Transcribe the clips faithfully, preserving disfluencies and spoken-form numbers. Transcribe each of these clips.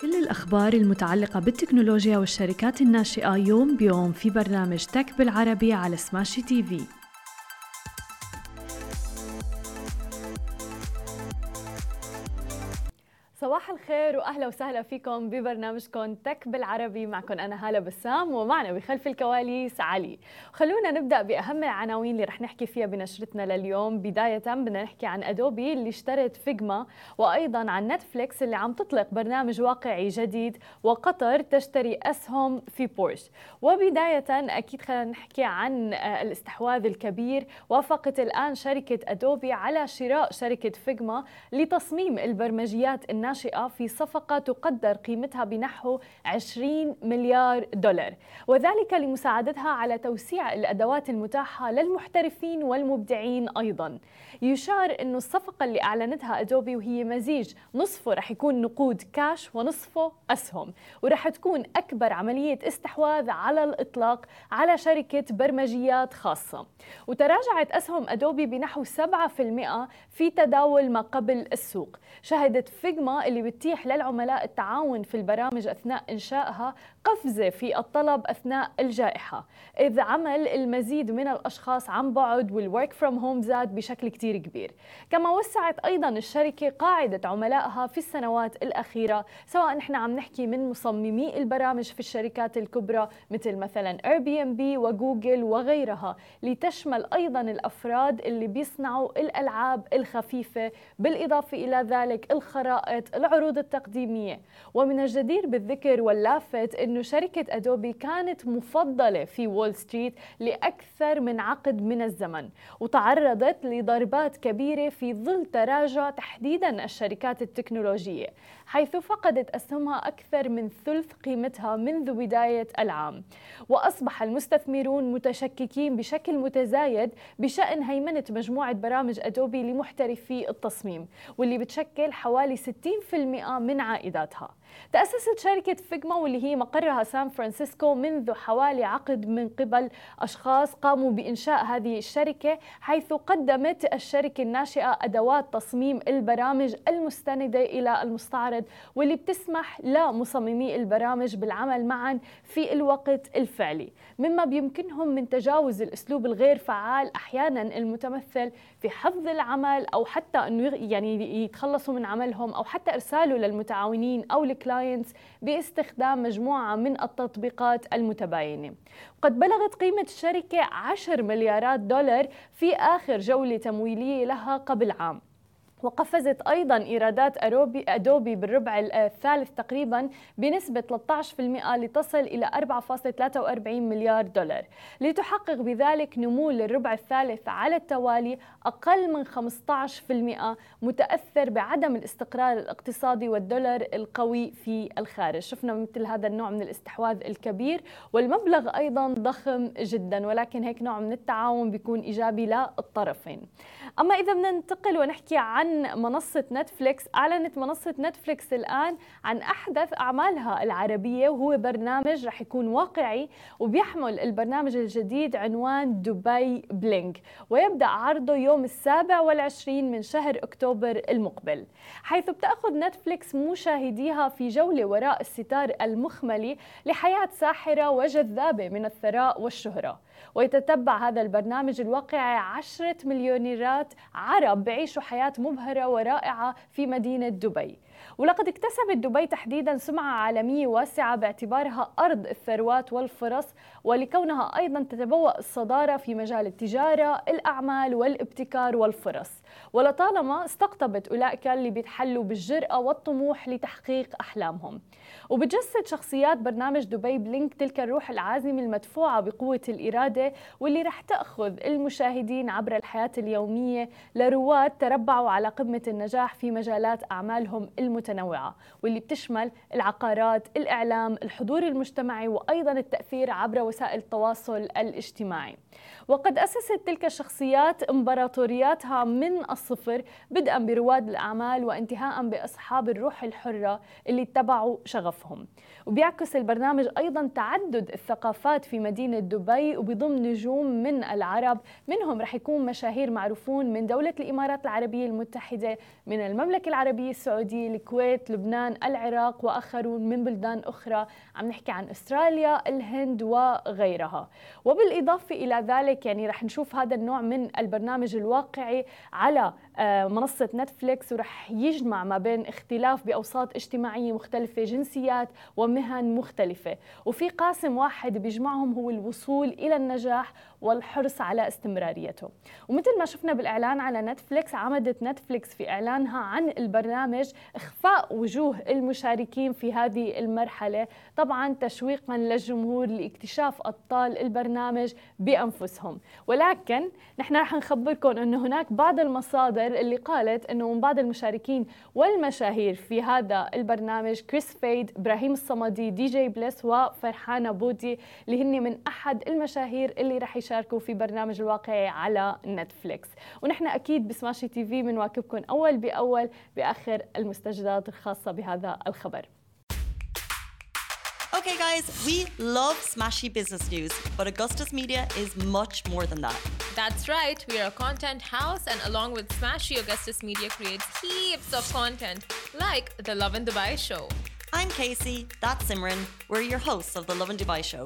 كل الأخبار المتعلقة بالتكنولوجيا والشركات الناشئة يوم بيوم في برنامج تك بالعربي على سماشي تي في. صباح الخير واهلا وسهلا فيكم ببرنامجكم تك بالعربي. معكم انا هالة بسام ومعنا بخلف الكواليس علي. خلونا نبدا باهم العناوين اللي رح نحكي فيها بنشرتنا لليوم. بدايه بدنا نحكي عن ادوبي اللي اشترت فيجما، وايضا عن نتفليكس اللي عم تطلق برنامج واقعي جديد، وقطر تشتري اسهم في بورش. وبدايه اكيد خلينا نحكي عن الاستحواذ الكبير. وافقت الان شركه ادوبي على شراء شركه فيجما لتصميم البرمجيات الناشئة في صفقة تقدر قيمتها بنحو عشرين مليار دولار، وذلك لمساعدتها على توسيع الأدوات المتاحة للمحترفين والمبدعين. أيضا يشار أن الصفقة اللي أعلنتها أدوبي وهي مزيج نصفه رح يكون نقود كاش ونصفه أسهم، ورح تكون أكبر عملية استحواذ على الإطلاق على شركة برمجيات خاصة. وتراجعت أسهم أدوبي بنحو سبعة بالمئة في تداول ما قبل السوق. شهدت فيجما اللي بتتيح للعملاء التعاون في البرامج أثناء إنشائها قفزة في الطلب أثناء الجائحة، إذ عمل المزيد من الأشخاص عن بعد والورك فروم هوم زاد بشكل كتير كبير. كما وسعت أيضا الشركة قاعدة عملائها في السنوات الأخيرة، سواء نحن عم نحكي من مصممي البرامج في الشركات الكبرى مثل مثلا اير بي ام بي وجوجل وغيرها، لتشمل أيضا الأفراد اللي بيصنعوا الألعاب الخفيفة، بالإضافة إلى ذلك الخرائط، العروض التقديمية. ومن الجدير بالذكر واللافت أنه شركة أدوبي كانت مفضلة في وول ستريت لأكثر من عقد من الزمن، وتعرضت لضربات كبيرة في ظل تراجع تحديدا الشركات التكنولوجية، حيث فقدت أسهمها أكثر من ثلث قيمتها منذ بداية العام. وأصبح المستثمرون متشككين بشكل متزايد بشأن هيمنة مجموعة برامج أدوبي لمحترفي التصميم، واللي بتشكل حوالي ستين بالمئة من عائداتها. تأسست شركة فيجما واللي هي مقرها سان فرانسيسكو منذ حوالي عقد من قبل أشخاص قاموا بإنشاء هذه الشركة، حيث قدمت الشركة الناشئة أدوات تصميم البرامج المستندة إلى المستعرض، واللي بتسمح لمصممي البرامج بالعمل معا في الوقت الفعلي، مما بيمكنهم من تجاوز الأسلوب الغير فعال أحيانا المتمثل في حفظ العمل، أو حتى أنه يعني يتخلصوا من عملهم، أو حتى إرساله للمتعاونين أو الكلاينتس باستخدام مجموعة من التطبيقات المتباينة. وقد بلغت قيمة الشركة عشر مليارات دولار في آخر جولة تمويلية لها قبل عام. وقفزت أيضاً إيرادات أدوبي بالربع الثالث تقريباً بنسبة ثلاثة عشر بالمئة لتصل إلى أربعة فاصلة ثلاثة وأربعين مليار دولار، لتحقق بذلك نمو للربع الثالث على التوالي أقل من خمسة عشر بالمئة، متأثر بعدم الاستقرار الاقتصادي والدولار القوي في الخارج. شفنا مثل هذا النوع من الاستحواذ الكبير، والمبلغ أيضاً ضخم جداً، ولكن هيك نوع من التعاون بيكون إيجابي للطرفين. أما إذا بدنا ننتقل ونحكي عن منصة نتفليكس، أعلنت منصة نتفليكس الآن عن أحدث أعمالها العربية، وهو برنامج رح يكون واقعي، وبيحمل البرنامج الجديد عنوان دبي بلينك، ويبدأ عرضه يوم السابع والعشرين من شهر أكتوبر المقبل، حيث بتأخذ نتفليكس مشاهديها في جولة وراء الستار المخملي لحياة ساحرة وجذابة من الثراء والشهرة. ويتتبع هذا البرنامج الواقعي عشرة مليونيرات عرب بعيشوا حياة مبهرة ورائعة في مدينة دبي. ولقد اكتسبت دبي تحديدا سمعة عالمية واسعة باعتبارها أرض الثروات والفرص، ولكونها أيضا تتبوأ الصدارة في مجال التجارة، الأعمال والابتكار والفرص، ولطالما استقطبت أولئك اللي بيتحلوا بالجرأة والطموح لتحقيق أحلامهم. وبتجسد شخصيات برنامج دبي بلينك تلك الروح العازمة المدفوعة بقوة الإرادة، واللي رح تأخذ المشاهدين عبر الحياة اليومية لرواد تربعوا على قمة النجاح في مجالات أعمالهم المتنوعة، واللي بتشمل العقارات، الإعلام، الحضور المجتمعي، وأيضا التأثير عبر وسائل التواصل الاجتماعي. وقد أسست تلك الشخصيات إمبراطورياتها من من الصفر، بدءا برواد الأعمال وانتهاء بأصحاب الروح الحرة اللي اتبعوا شغفهم. وبيعكس البرنامج أيضا تعدد الثقافات في مدينة دبي، وبضم نجوم من العرب، منهم رح يكون مشاهير معروفون من دولة الإمارات العربية المتحدة، من المملكة العربية السعودية، الكويت، لبنان، العراق وآخرون من بلدان أخرى. عم نحكي عن أستراليا، الهند وغيرها. وبالإضافة إلى ذلك يعني رح نشوف هذا النوع من البرنامج الواقعي على منصة نتفليكس، ورح يجمع ما بين اختلاف بأوساط اجتماعية مختلفة، جنسيات ومهن مختلفة، وفي قاسم واحد بيجمعهم هو الوصول إلى النجاح والحرص على استمراريته. ومثل ما شفنا بالإعلان على نتفليكس، عمدت نتفليكس في إعلانها عن البرنامج إخفاء وجوه المشاركين في هذه المرحلة، طبعا تشويقا للجمهور لاكتشاف أبطال البرنامج بأنفسهم. ولكن نحن رح نخبركم أنه هناك بعض المصادر اللي قالت أنه من بعض المشاركين والمشاهير في هذا البرنامج كريس فيد، إبراهيم الصمدي، دي جي بليس وفرحانة بودي، اللي هن من أحد المشاهير اللي رح يشاركوا في برنامج الواقعي على نتفليكس. ونحن أكيد بسماشي تي في بنواكبكم أول بأول بآخر المستجدات الخاصة بهذا الخبر. Okay guys, we love Smashy business news, but Augustus Media is much more than that. That's right, we are a content house, and along with Smashy, Augustus Media creates heaps of content, like the Lovin Dubai show. I'm Casey, that's Simran, we're your hosts of the Lovin Dubai show.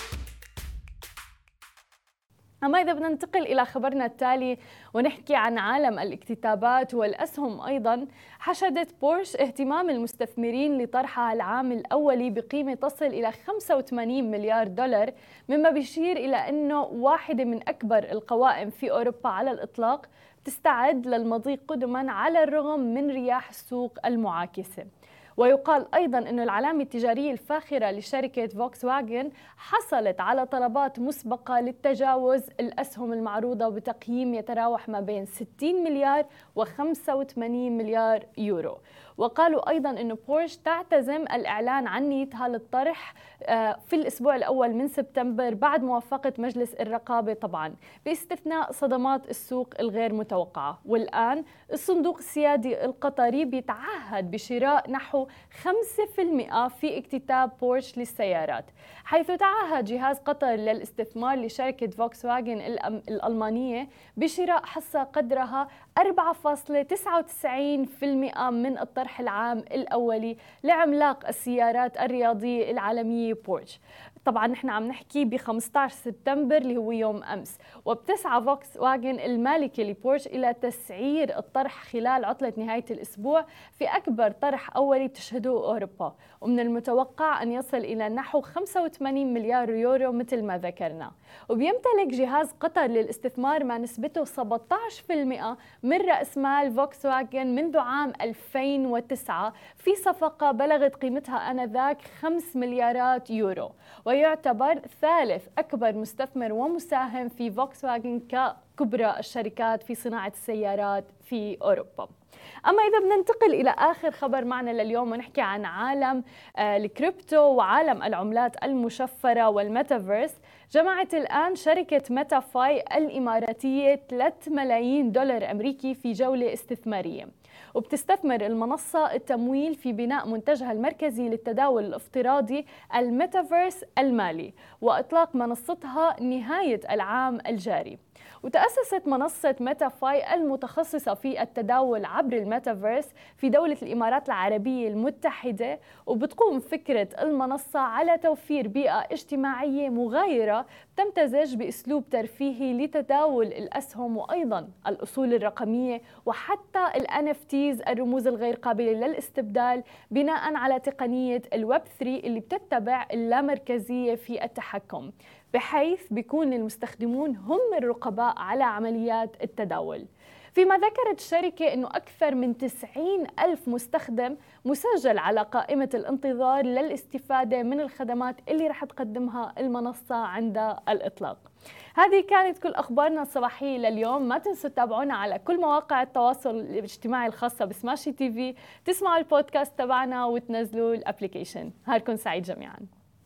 أما إذا بدنا ننتقل إلى خبرنا التالي ونحكي عن عالم الاكتتابات والأسهم، أيضاً حشدت بورش اهتمام المستثمرين لطرحها العام الأولي بقيمة تصل إلى خمسة وثمانين مليار دولار، مما بيشير إلى أنه واحدة من أكبر القوائم في أوروبا على الإطلاق تستعد للمضي قدماً على الرغم من رياح السوق المعاكسة. ويقال أيضاً أن العلامة التجارية الفاخرة لشركة فوكس واجن حصلت على طلبات مسبقة للتجاوز الأسهم المعروضة بتقييم يتراوح ما بين ستين مليار وخمسة وثمانين مليار يورو. وقالوا أيضاً أن بورش تعتزم الإعلان عن نيتها للطرح في الأسبوع الأول من سبتمبر بعد موافقة مجلس الرقابة، طبعاً باستثناء صدمات السوق الغير متوقعة. والآن الصندوق السيادي القطري بيتعهد بشراء نحو خمسة بالمئة في اكتتاب بورش للسيارات، حيث تعهد جهاز قطر للاستثمار لشركة فوكس واجن الألمانية بشراء حصة قدرها أربعة فاصلة تسعة وتسعين بالمئة من الطرح العام الأولي لعملاق السيارات الرياضية العالمية بورش. طبعا نحن عم نحكي ب خمسة عشر سبتمبر اللي هو يوم أمس. وبتسعى فوكس واجن المالكة لبورش إلى تسعير الطرح خلال عطلة نهاية الأسبوع في أكبر طرح أولي بتشهده أوروبا، ومن المتوقع أن يصل إلى نحو خمسة وثمانين مليار يورو مثل ما ذكرنا. وبيمتلك جهاز قطر للاستثمار ما نسبته سبعة عشر بالمئة من رأس مال فوكس واجن منذ عام ألفين وتسعة في صفقة بلغت قيمتها آنذاك خمسة مليارات يورو، ويعتبر ثالث أكبر مستثمر ومساهم في فوكس واجن ككبرى الشركات في صناعة السيارات في أوروبا. أما إذا بدنا ننتقل إلى آخر خبر معنا لليوم ونحكي عن عالم الكريبتو وعالم العملات المشفرة والميتافيرس، جمعت الآن شركة ميتافاي الإماراتية ثلاثة ملايين دولار أمريكي في جولة استثمارية، وبتستثمر المنصة التمويل في بناء منتجها المركزي للتداول الافتراضي الميتافيرس المالي وإطلاق منصتها نهاية العام الجاري. وتأسست منصة ميتافاي المتخصصة في التداول عبر الميتافيرس في دولة الإمارات العربية المتحدة، وبتقوم فكرة المنصة على توفير بيئة اجتماعية مغايرة تمتزج بأسلوب ترفيهي لتداول الأسهم وأيضاً الأصول الرقمية وحتى ال إن إف تيز الرموز الغير قابلة للاستبدال، بناء على تقنية الويب ثلاثة اللي بتتبع اللامركزية في التحكم، بحيث بيكون المستخدمون هم الرقباء على عمليات التداول. فيما ذكرت الشركة أنه أكثر من تسعين ألف مستخدم مسجل على قائمة الانتظار للاستفادة من الخدمات اللي رح تقدمها المنصة عند الإطلاق. هذه كانت كل أخبارنا الصباحية لليوم. ما تنسوا تتابعونا على كل مواقع التواصل الاجتماعي الخاصة بسماشي تي في، تسمعوا البودكاست تبعنا وتنزلوا الابليكيشن. نهاركم سعيد جميعاً.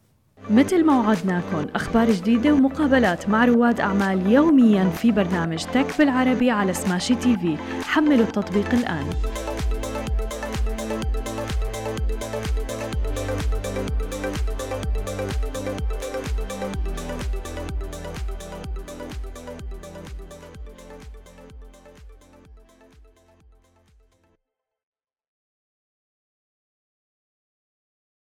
مثل ما وعدناكم أخبار جديدة ومقابلات مع رواد أعمال يومياً في برنامج تك بالعربي على سماشي تي في. حملوا التطبيق الآن.